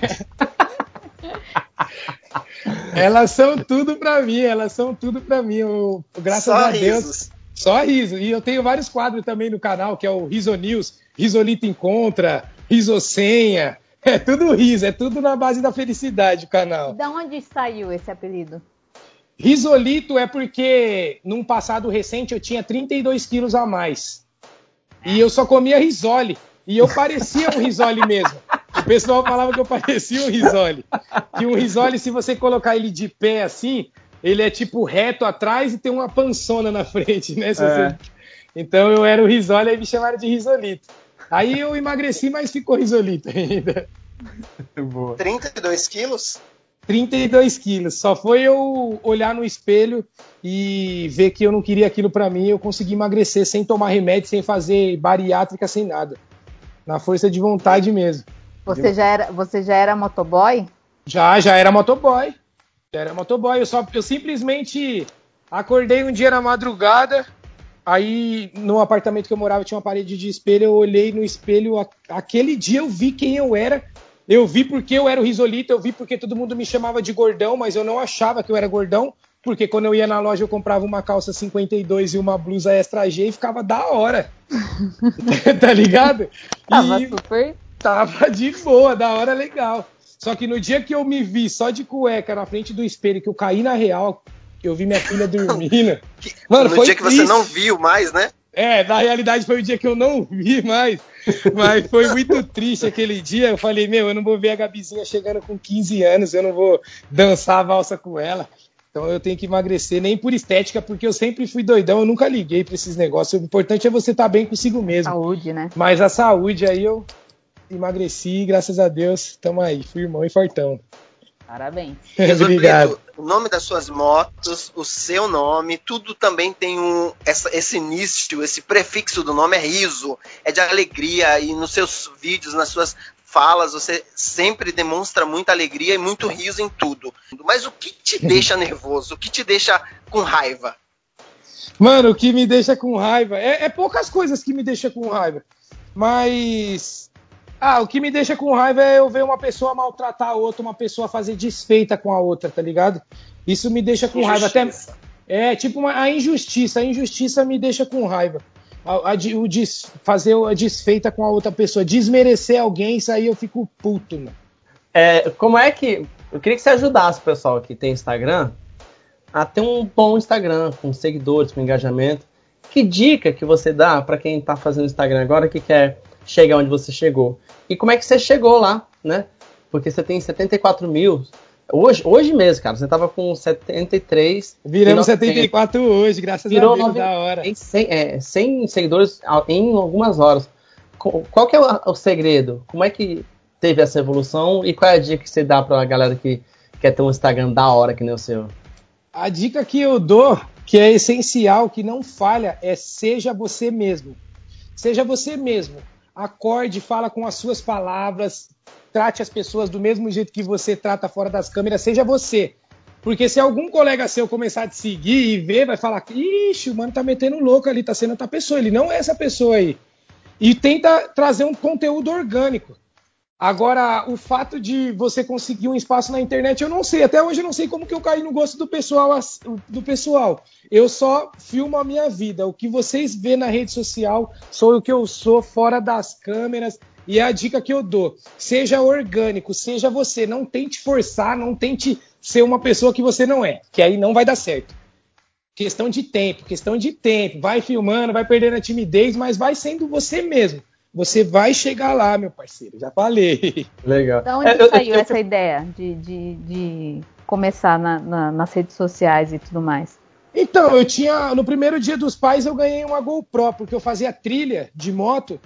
Elas são tudo pra mim, elas são tudo pra mim. Eu, graças só a Deus. Risos. Só riso. E eu tenho vários quadros também no canal, que é o Riso News, Risolito Encontra, Risosenha. É tudo riso, é tudo na base da felicidade o canal. Da onde saiu esse apelido? Risolito é porque, num passado recente, eu tinha trinta e dois quilos a mais. E eu só comia risole. E eu parecia um risole mesmo. O pessoal falava que eu parecia um risole. Que um risole, se você colocar ele de pé assim, ele é tipo reto atrás e tem uma pançona na frente, né? Se é. você... Então eu era o risole, aí me chamaram de risolito. Aí eu emagreci, mas ficou risolito ainda. Boa. trinta e dois quilos? trinta e dois quilos. Só foi eu olhar no espelho e ver que eu não queria aquilo pra mim. Eu consegui emagrecer sem tomar remédio, sem fazer bariátrica, sem nada. Na força de vontade mesmo. Você já era, você já era motoboy? Já, já era motoboy. Já era motoboy. Eu, só, eu simplesmente acordei um dia na madrugada, aí no apartamento que eu morava tinha uma parede de espelho, eu olhei no espelho, aquele dia eu vi quem eu era, eu vi porque eu era o Risolito, eu vi porque todo mundo me chamava de gordão, mas eu não achava que eu era gordão, porque quando eu ia na loja eu comprava uma calça cinquenta e dois e uma blusa extra G e ficava da hora. Tá ligado? Tava e... super... Tava de boa, da hora, legal. Só que no dia que eu me vi só de cueca na frente do espelho, que eu caí na real, que eu vi minha filha dormindo. Mano, no foi dia que triste. Você não viu mais, né? É, na realidade foi o dia que eu não vi mais. Mas foi muito triste aquele dia. Eu falei, meu, eu não vou ver a Gabizinha chegando com quinze anos, eu não vou dançar a valsa com ela. Então eu tenho que emagrecer, nem por estética, porque eu sempre fui doidão, eu nunca liguei pra esses negócios. O importante é você estar bem consigo mesmo. Saúde, né? Mas a saúde aí eu emagreci, graças a Deus, tamo aí, firmão e fortão. Parabéns. Obrigado. O nome das suas motos, o seu nome, tudo também tem um, essa, esse início, esse prefixo do nome é riso, é de alegria, e nos seus vídeos, nas suas falas, você sempre demonstra muita alegria e muito riso em tudo. Mas o que te deixa nervoso? O que te deixa com raiva? Mano, o que me deixa com raiva é, é poucas coisas que me deixam com raiva, mas ah, o que me deixa com raiva é eu ver uma pessoa maltratar a outra, uma pessoa fazer desfeita com a outra, tá ligado? Isso me deixa com raiva. Até é tipo uma, a injustiça, a injustiça me deixa com raiva. A, a, o des, fazer a desfeita com a outra pessoa, desmerecer alguém, isso aí eu fico puto, mano. É, como é que... Eu queria que você ajudasse o pessoal que tem Instagram a ter um bom Instagram, com seguidores, com engajamento. Que dica que você dá para quem tá fazendo Instagram agora, que quer chegar onde você chegou? E como é que você chegou lá, né? Porque você tem setenta e quatro mil... Hoje, hoje mesmo, cara, você tava com setenta e três... Viramos setenta e quatro hoje, graças Virou a Deus, nove, da hora. Tem cem, é, cem seguidores em algumas horas. Qual que é o, o segredo? Como é que teve essa evolução? E qual é a dica que você dá pra galera que quer ter um Instagram da hora que nem o seu? A dica que eu dou, que é essencial, que não falha, é seja você mesmo. Seja você mesmo. Acorde, fala com as suas palavras, trate as pessoas do mesmo jeito que você trata fora das câmeras, seja você. Porque se algum colega seu começar a te seguir e ver, vai falar, ixi, o mano tá metendo louco ali, tá sendo outra pessoa. Ele não é essa pessoa aí. E tenta trazer um conteúdo orgânico. Agora, o fato de você conseguir um espaço na internet, eu não sei. Até hoje eu não sei como que eu caí no gosto do pessoal. Do pessoal. Eu só filmo a minha vida. O que vocês vê na rede social sou o que eu sou fora das câmeras. E é a dica que eu dou. Seja orgânico, seja você. Não tente forçar, não tente ser uma pessoa que você não é. Que aí não vai dar certo. Questão de tempo, questão de tempo. Vai filmando, vai perdendo a timidez, mas vai sendo você mesmo. Você vai chegar lá, meu parceiro. Já falei. Legal. De onde é, saiu eu, eu, essa eu... ideia de, de, de começar na, na, nas redes sociais e tudo mais? Então, eu tinha... No primeiro dia dos pais, eu ganhei uma GoPro, porque eu fazia trilha de moto,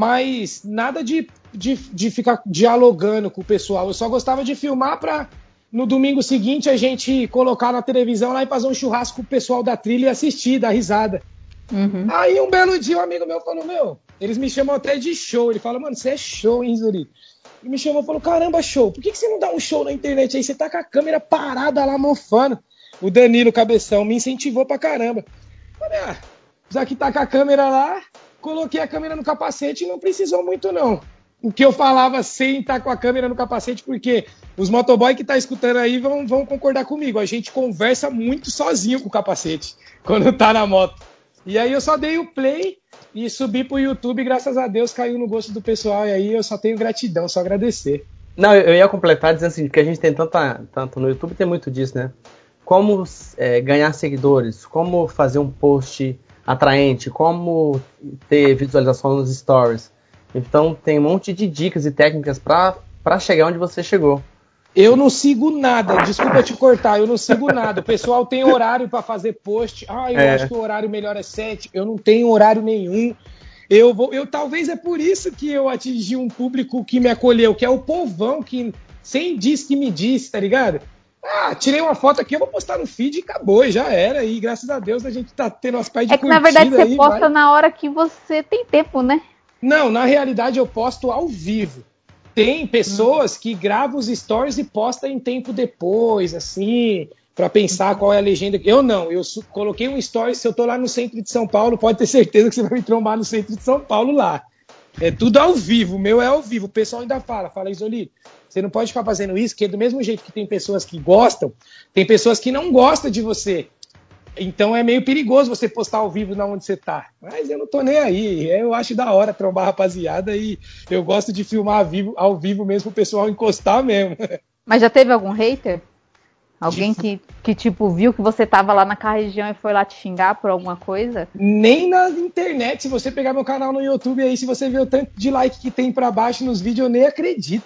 mas nada de, de, de ficar dialogando com o pessoal. Eu só gostava de filmar para, no domingo seguinte, a gente colocar na televisão lá e fazer um churrasco com o pessoal da trilha e assistir, dar risada. Uhum. Aí um belo dia um amigo meu falou, meu, eles me chamam até de show. Ele fala, mano, você é show, hein, Zuri? Ele me chamou e falou, caramba, show, por que, que você não dá um show na internet aí? Você tá com a câmera parada lá mofando. O Danilo Cabeção me incentivou pra caramba. Falei, ah, já que tá com a câmera lá, coloquei a câmera no capacete e não precisou muito não. O que eu falava sem estar com a câmera no capacete, porque os motoboy que tá escutando aí vão, vão concordar comigo. A gente conversa muito sozinho com o capacete, quando tá na moto. E aí eu só dei o play e subi pro YouTube, graças a Deus caiu no gosto do pessoal, e aí eu só tenho gratidão, só agradecer. Não, eu ia completar dizendo assim, que a gente tem tanta, tanto no YouTube, tem muito disso, né? Como é, ganhar seguidores, como fazer um post atraente, como ter visualização nos stories. Então tem um monte de dicas e técnicas para chegar onde você chegou. Eu não sigo nada, desculpa te cortar, eu não sigo nada. O pessoal tem horário para fazer post. Ah, eu é. acho que o horário melhor é sete. Eu não tenho horário nenhum. Eu vou, eu talvez é por isso que eu atingi um público que me acolheu, que é o povão que sem diz que me disse, tá ligado? Ah, tirei uma foto aqui, eu vou postar no feed e acabou, e já era. E graças a Deus a gente tá tendo as pais de É que curtida. na verdade você aí, posta vai. na hora que você tem tempo, né? Não, na realidade eu posto ao vivo. Tem pessoas que gravam os stories e postam em tempo depois, assim, para pensar qual é a legenda. Eu não, eu coloquei um story, se eu tô lá no centro de São Paulo, pode ter certeza que você vai me trombar no centro de São Paulo lá. É tudo ao vivo, o meu é ao vivo. O pessoal ainda fala, fala, Isolito, você não pode ficar fazendo isso, porque do mesmo jeito que tem pessoas que gostam, tem pessoas que não gostam de você. Então é meio perigoso você postar ao vivo na onde você tá. Mas eu não tô nem aí. Eu acho da hora trombar a rapaziada e eu gosto de filmar ao vivo, ao vivo mesmo pro pessoal encostar mesmo. Mas já teve algum hater? Alguém que, que, tipo, viu que você tava lá naquela região e foi lá te xingar por alguma coisa? Nem na internet. Se você pegar meu canal no YouTube aí, se você ver o tanto de like que tem pra baixo nos vídeos, eu nem acredito.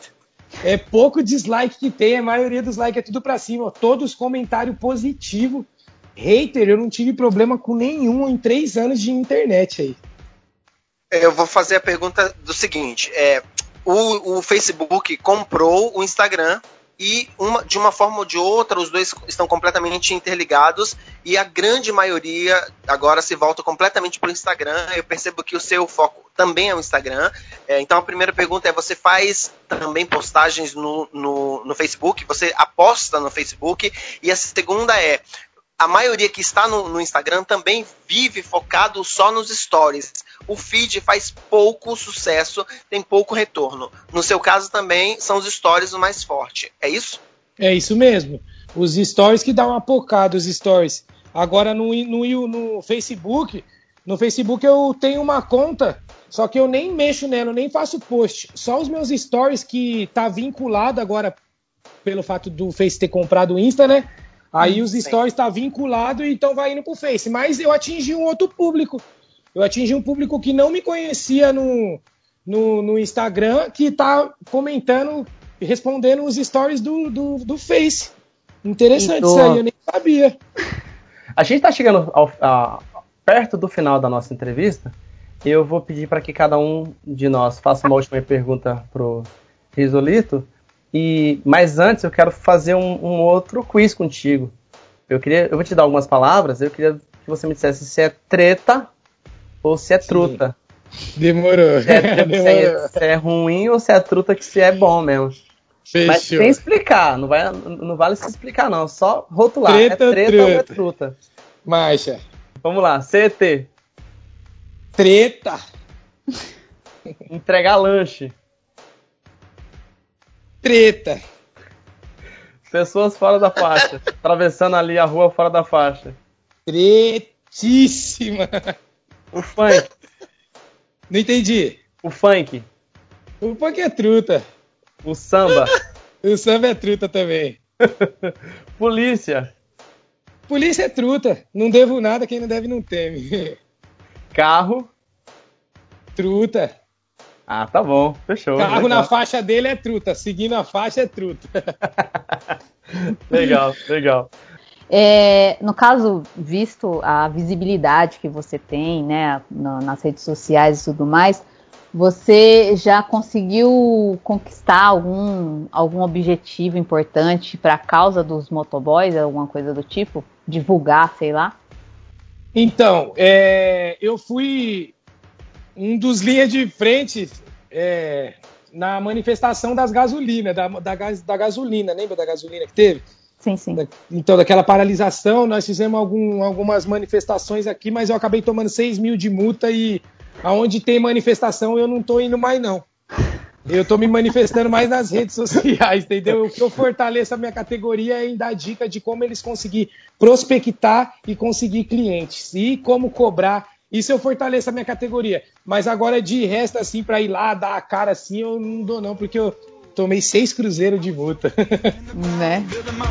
É pouco dislike que tem, a maioria dos likes é tudo pra cima, ó, todos comentário positivo. Hater, eu não tive problema com nenhum em três anos de internet aí. Eu vou fazer a pergunta do seguinte, é, o, o Facebook comprou o Instagram e uma, de uma forma ou de outra os dois estão completamente interligados e a grande maioria agora se volta completamente para o Instagram. Eu percebo que o seu foco também é o Instagram. É, então a primeira pergunta é, você faz também postagens no, no, no Facebook? Você aposta no Facebook? E a segunda é, a maioria que está no, no Instagram também vive focado só nos stories. O feed faz pouco sucesso, tem pouco retorno. No seu caso também são os stories o mais forte. É isso? É isso mesmo. Os stories que dão uma pocada, os stories. Agora no, no, no Facebook, no Facebook eu tenho uma conta, só que eu nem mexo nela, eu nem faço post. Só os meus stories que tá vinculado agora pelo fato do Face ter comprado o Insta, né? Aí hum, os stories tá vinculado e então vai indo pro Face. Mas eu atingi um outro público. Eu atingi um público que não me conhecia no, no, no Instagram, que tá comentando, respondendo os stories do, do, do Face. Interessante isso aí, eu nem sabia. A gente tá chegando ao, a, perto do final da nossa entrevista. Eu vou pedir para que cada um de nós faça uma última pergunta pro Risolito. E, mas antes eu quero fazer um, um outro quiz contigo. Eu, queria, eu vou te dar algumas palavras, eu queria que você me dissesse se é treta ou se é truta. Demorou. Se é, Demorou. Se é, se é ruim ou se é truta que se é bom mesmo. Fechou. Mas sem explicar, não, vai, não vale se explicar não, só rotular. Treta, é treta truta. ou é truta? Marcha. Vamos lá, C T. Treta. Entregar lanche. Treta. Pessoas fora da faixa. Atravessando ali a rua fora da faixa. Tretíssima. O funk. Não entendi. O funk. O funk é truta. O samba. O samba é truta também. Polícia. Polícia é truta. Não devo nada, quem não deve não teme. Carro. Truta. Ah, tá bom, fechou. Carro legal. Na faixa dele é truta, seguindo a faixa é truta. Legal, legal. É, no caso, visto a visibilidade que você tem, né, nas redes sociais e tudo mais, você já conseguiu conquistar algum, algum objetivo importante para a causa dos motoboys, alguma coisa do tipo? Divulgar, sei lá? Então, é, eu fui um dos linhas de frente é, na manifestação das gasolinas, da, da, da gasolina, lembra da gasolina que teve? Sim, sim. Da, então, daquela paralisação, nós fizemos algum, algumas manifestações aqui, mas eu acabei tomando seis mil de multa e aonde tem manifestação eu não tô indo mais não. Eu tô me manifestando mais nas redes sociais, entendeu? O que eu fortaleço a minha categoria é em dar dica de como eles conseguir prospectar e conseguir clientes e como cobrar. Isso eu fortaleço a minha categoria. Mas agora, de resto, assim, pra ir lá, dar a cara assim, eu não dou não, porque eu tomei seis cruzeiros de multa. Né?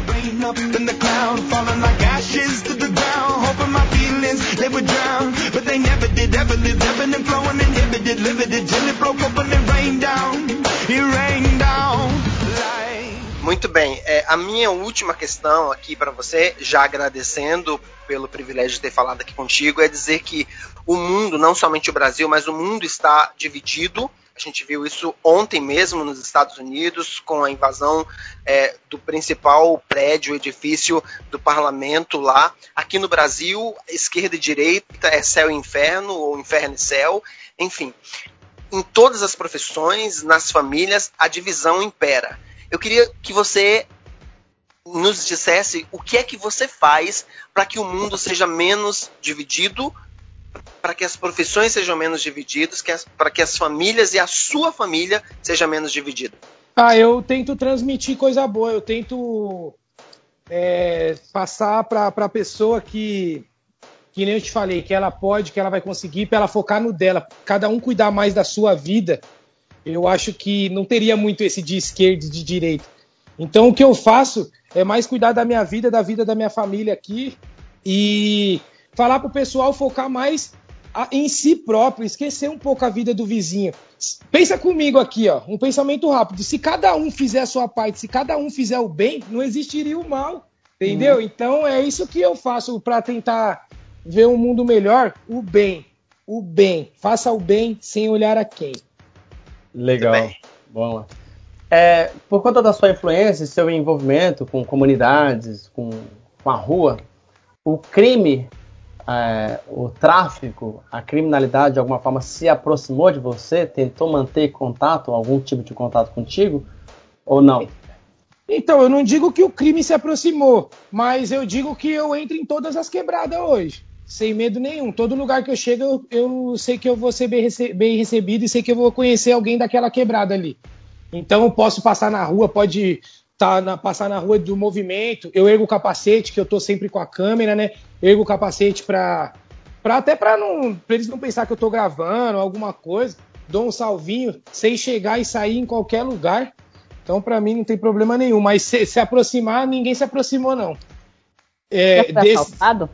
Muito bem, é, a minha última questão aqui para você, já agradecendo pelo privilégio de ter falado aqui contigo, é dizer que o mundo, não somente o Brasil, mas o mundo está dividido. A gente viu isso ontem mesmo nos Estados Unidos, com a invasão é, do principal prédio, edifício do parlamento lá. Aqui no Brasil, esquerda e direita é céu e inferno, ou inferno e céu, enfim. Em todas as profissões, nas famílias, a divisão impera. Eu queria que você nos dissesse o que é que você faz para que o mundo seja menos dividido, para que as profissões sejam menos divididas, para que as famílias e a sua família sejam menos divididas. Ah, eu tento transmitir coisa boa, eu tento é, passar para a pessoa que, que nem eu te falei, que ela pode, que ela vai conseguir, para ela focar no dela, cada um cuidar mais da sua vida. Eu acho que não teria muito esse de esquerda e de direita. Então o que eu faço é mais cuidar da minha vida, da vida da minha família aqui e falar pro pessoal focar mais a, em si próprio, esquecer um pouco a vida do vizinho. Pensa comigo aqui, ó, um pensamento rápido. Se cada um fizer a sua parte, se cada um fizer o bem, não existiria o mal, entendeu? Hum. Então é isso que eu faço para tentar ver um mundo melhor, o bem. O bem. Faça o bem sem olhar a quem. Legal. Bom lá. É, por conta da sua influência, seu envolvimento com comunidades, com, com a rua, o crime, é, o tráfico, a criminalidade de alguma forma se aproximou de você? Tentou manter contato, algum tipo de contato contigo? Ou não? Então, eu não digo que o crime se aproximou, mas eu digo que eu entro em todas as quebradas hoje, sem medo nenhum. Todo lugar que eu chego, eu, eu sei que eu vou ser bem, rece- bem recebido e sei que eu vou conhecer alguém daquela quebrada ali. Então, eu posso passar na rua, pode tá na, passar na rua do movimento, eu ergo o capacete, que eu tô sempre com a câmera, né? Eu ergo o capacete pra, pra até pra, não, pra eles não pensar que eu tô gravando alguma coisa. Dou um salvinho, sem chegar e sair em qualquer lugar. Então, pra mim, não tem problema nenhum. Mas se, se aproximar, ninguém se aproximou, não. É, Você foi desse... assaltado?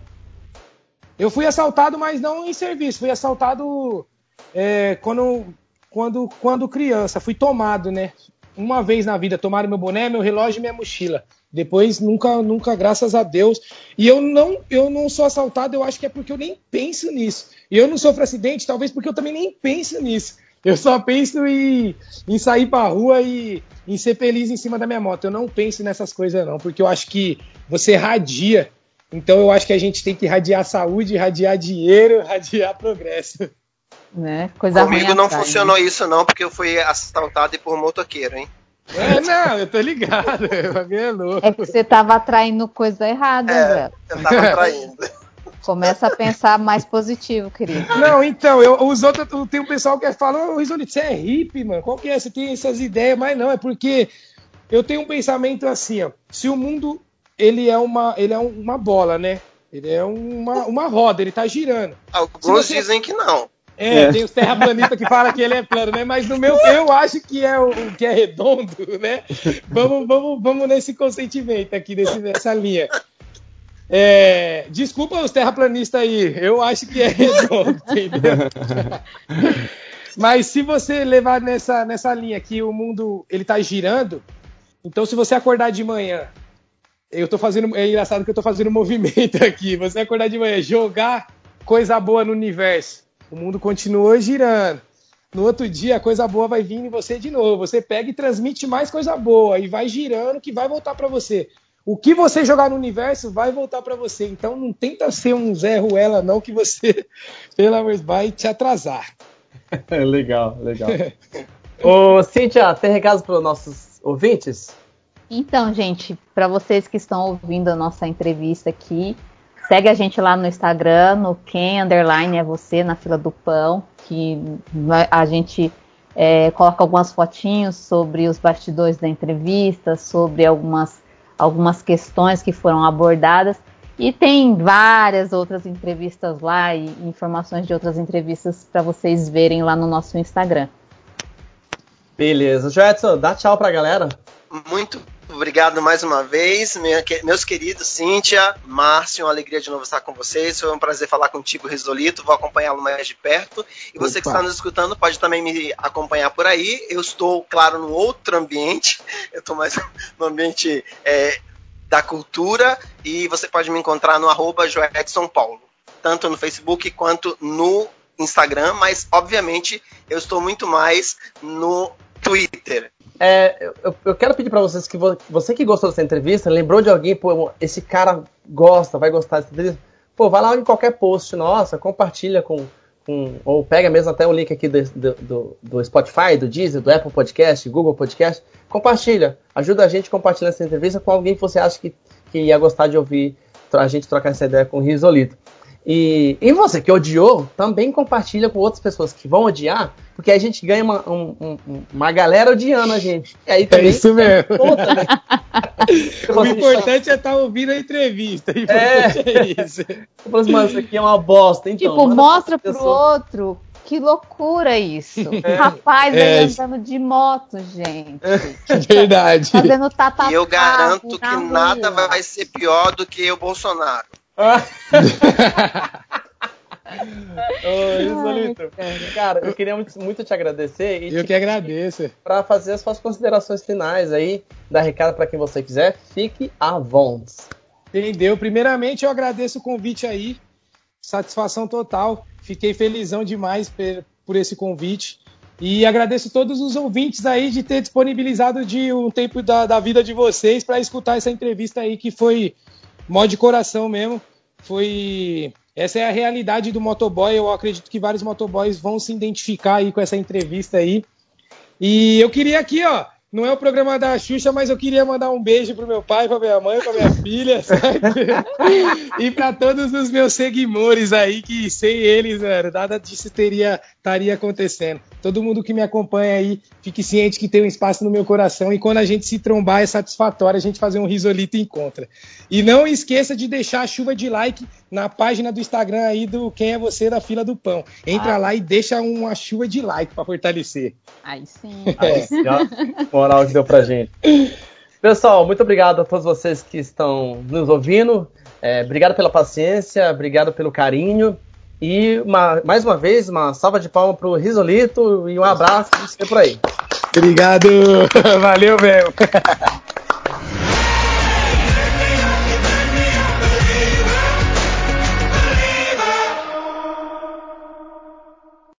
Eu fui assaltado, mas não em serviço. Fui assaltado é, quando, quando, quando criança. Fui tomado, né? Uma vez na vida, tomaram meu boné, meu relógio e minha mochila. Depois, nunca, nunca, graças a Deus. E eu não, eu não sou assaltado, eu acho que é porque eu nem penso nisso. E eu não sofro acidente, talvez porque eu também nem penso nisso. Eu só penso em, em sair pra rua e em ser feliz em cima da minha moto. Eu não penso nessas coisas, não, porque eu acho que você radia. Então eu acho que a gente tem que radiar saúde, radiar dinheiro, radiar progresso. Né? Coisa Comigo não atrás, funcionou né? isso, não, porque eu fui assaltado por motoqueiro, hein? É, não, eu tô ligado. É louco. É que você tava atraindo coisa errada, É, velho. eu tava atraindo. Começa a pensar mais positivo, querido. Não, então, eu, os outros, tem um pessoal que fala, ô Risolito, você é hippie, mano, qual que é? Você tem essas ideias, mas não, é porque eu tenho um pensamento assim, ó, se o mundo, ele é uma, ele é uma bola, né? Ele é uma, uma roda, ele tá girando. Alguns você... dizem que não. É, é, tem os terraplanistas que falam que ele é plano, né? Mas no meu, eu acho que é o, o que é redondo, né? Vamos, vamos, vamos nesse consentimento aqui, nesse, nessa linha. É, desculpa os terraplanistas aí, eu acho que é redondo, entendeu? Mas se você levar nessa, nessa linha que o mundo ele tá girando, então se você acordar de manhã, eu tô fazendo, é engraçado que eu tô fazendo um movimento aqui, você acordar de manhã, jogar coisa boa no universo, o mundo continua girando. No outro dia a coisa boa vai vir em você de novo, você pega e transmite mais coisa boa e vai girando que vai voltar para você. O que você jogar no universo vai voltar para você. Então não tenta ser um Zé Ruela não, que você, pelo amor de Deus, vai te atrasar. Legal, legal. Ô, Cíntia, tem recados para os nossos ouvintes? Então, gente, para vocês que estão ouvindo a nossa entrevista aqui, segue a gente lá no Instagram, no Quem Underline é você, na fila do pão, que a gente é, coloca algumas fotinhos sobre os bastidores da entrevista, sobre algumas algumas questões que foram abordadas, e tem várias outras entrevistas lá e informações de outras entrevistas para vocês verem lá no nosso Instagram. Beleza. Joedson, dá tchau pra galera. Muito obrigado mais uma vez, minha, meus queridos Cíntia, Márcio, uma alegria de novo estar com vocês, foi um prazer falar contigo, Risolito, vou acompanhá-lo mais de perto, e você Opa. que está nos escutando pode também me acompanhar por aí, eu estou, claro, no outro ambiente, eu estou mais no ambiente é, da cultura, e você pode me encontrar no arroba Joedson Paulo, tanto no Facebook quanto no Instagram, mas obviamente eu estou muito mais no Twitter. É, eu, eu quero pedir para vocês que vo, você que gostou dessa entrevista, lembrou de alguém, pô, esse cara gosta, vai gostar dessa entrevista, pô, vai lá em qualquer post nossa, compartilha com, com ou pega mesmo até o link aqui do, do, do Spotify, do Deezer, do Apple Podcast, Google Podcast, compartilha, ajuda a gente a compartilhar essa entrevista com alguém que você acha que, que ia gostar de ouvir a gente trocar essa ideia com o Risolito. E, e você que odiou, também compartilha com outras pessoas que vão odiar, porque aí a gente ganha uma, um, um, uma galera odiando a gente. E aí também, é isso mesmo. Conta, né? O importante é estar ouvindo a entrevista. O importante é, é isso. Mas, mano, isso aqui é uma bosta. Então, tipo, mostra pro outro. Que loucura isso. É, Rapaz é, aí andando de moto, gente. Verdade. Fazendo tatapá. E eu garanto que rua. nada vai ser pior do que o Bolsonaro. Ô, Risolito, cara, eu queria muito, muito te agradecer. E eu te que agradeço. Para fazer as suas considerações finais aí, dar recado para quem você quiser, fique à vontade. Entendeu? Primeiramente, eu agradeço o convite aí. Satisfação total. Fiquei felizão demais por, por esse convite. E agradeço todos os ouvintes aí de ter disponibilizado de um tempo da, da vida de vocês para escutar essa entrevista aí, que foi mó de coração mesmo. Foi... Essa é a realidade do motoboy. Eu acredito que vários motoboys vão se identificar aí com essa entrevista aí. E eu queria aqui, ó, não é o programa da Xuxa, mas eu queria mandar um beijo pro meu pai, pra minha mãe, pra minha filha, certo? E pra todos os meus seguidores aí, que sem eles, mano, nada disso teria, estaria acontecendo. Todo mundo que me acompanha aí, fique ciente que tem um espaço no meu coração, e quando a gente se trombar é satisfatório a gente fazer um Risolito Encontra. E não esqueça de deixar a chuva de like na página do Instagram aí do Quem é Você da Fila do Pão. Entra ah. lá e deixa uma chuva de like pra fortalecer. Aí sim. Aí sim, ó. Moral que deu pra gente. Pessoal, muito obrigado a todos vocês que estão nos ouvindo. É, obrigado pela paciência, obrigado pelo carinho. E uma, mais uma vez, uma salva de palmas pro Risolito e um abraço pra você por aí. Obrigado. Valeu, velho.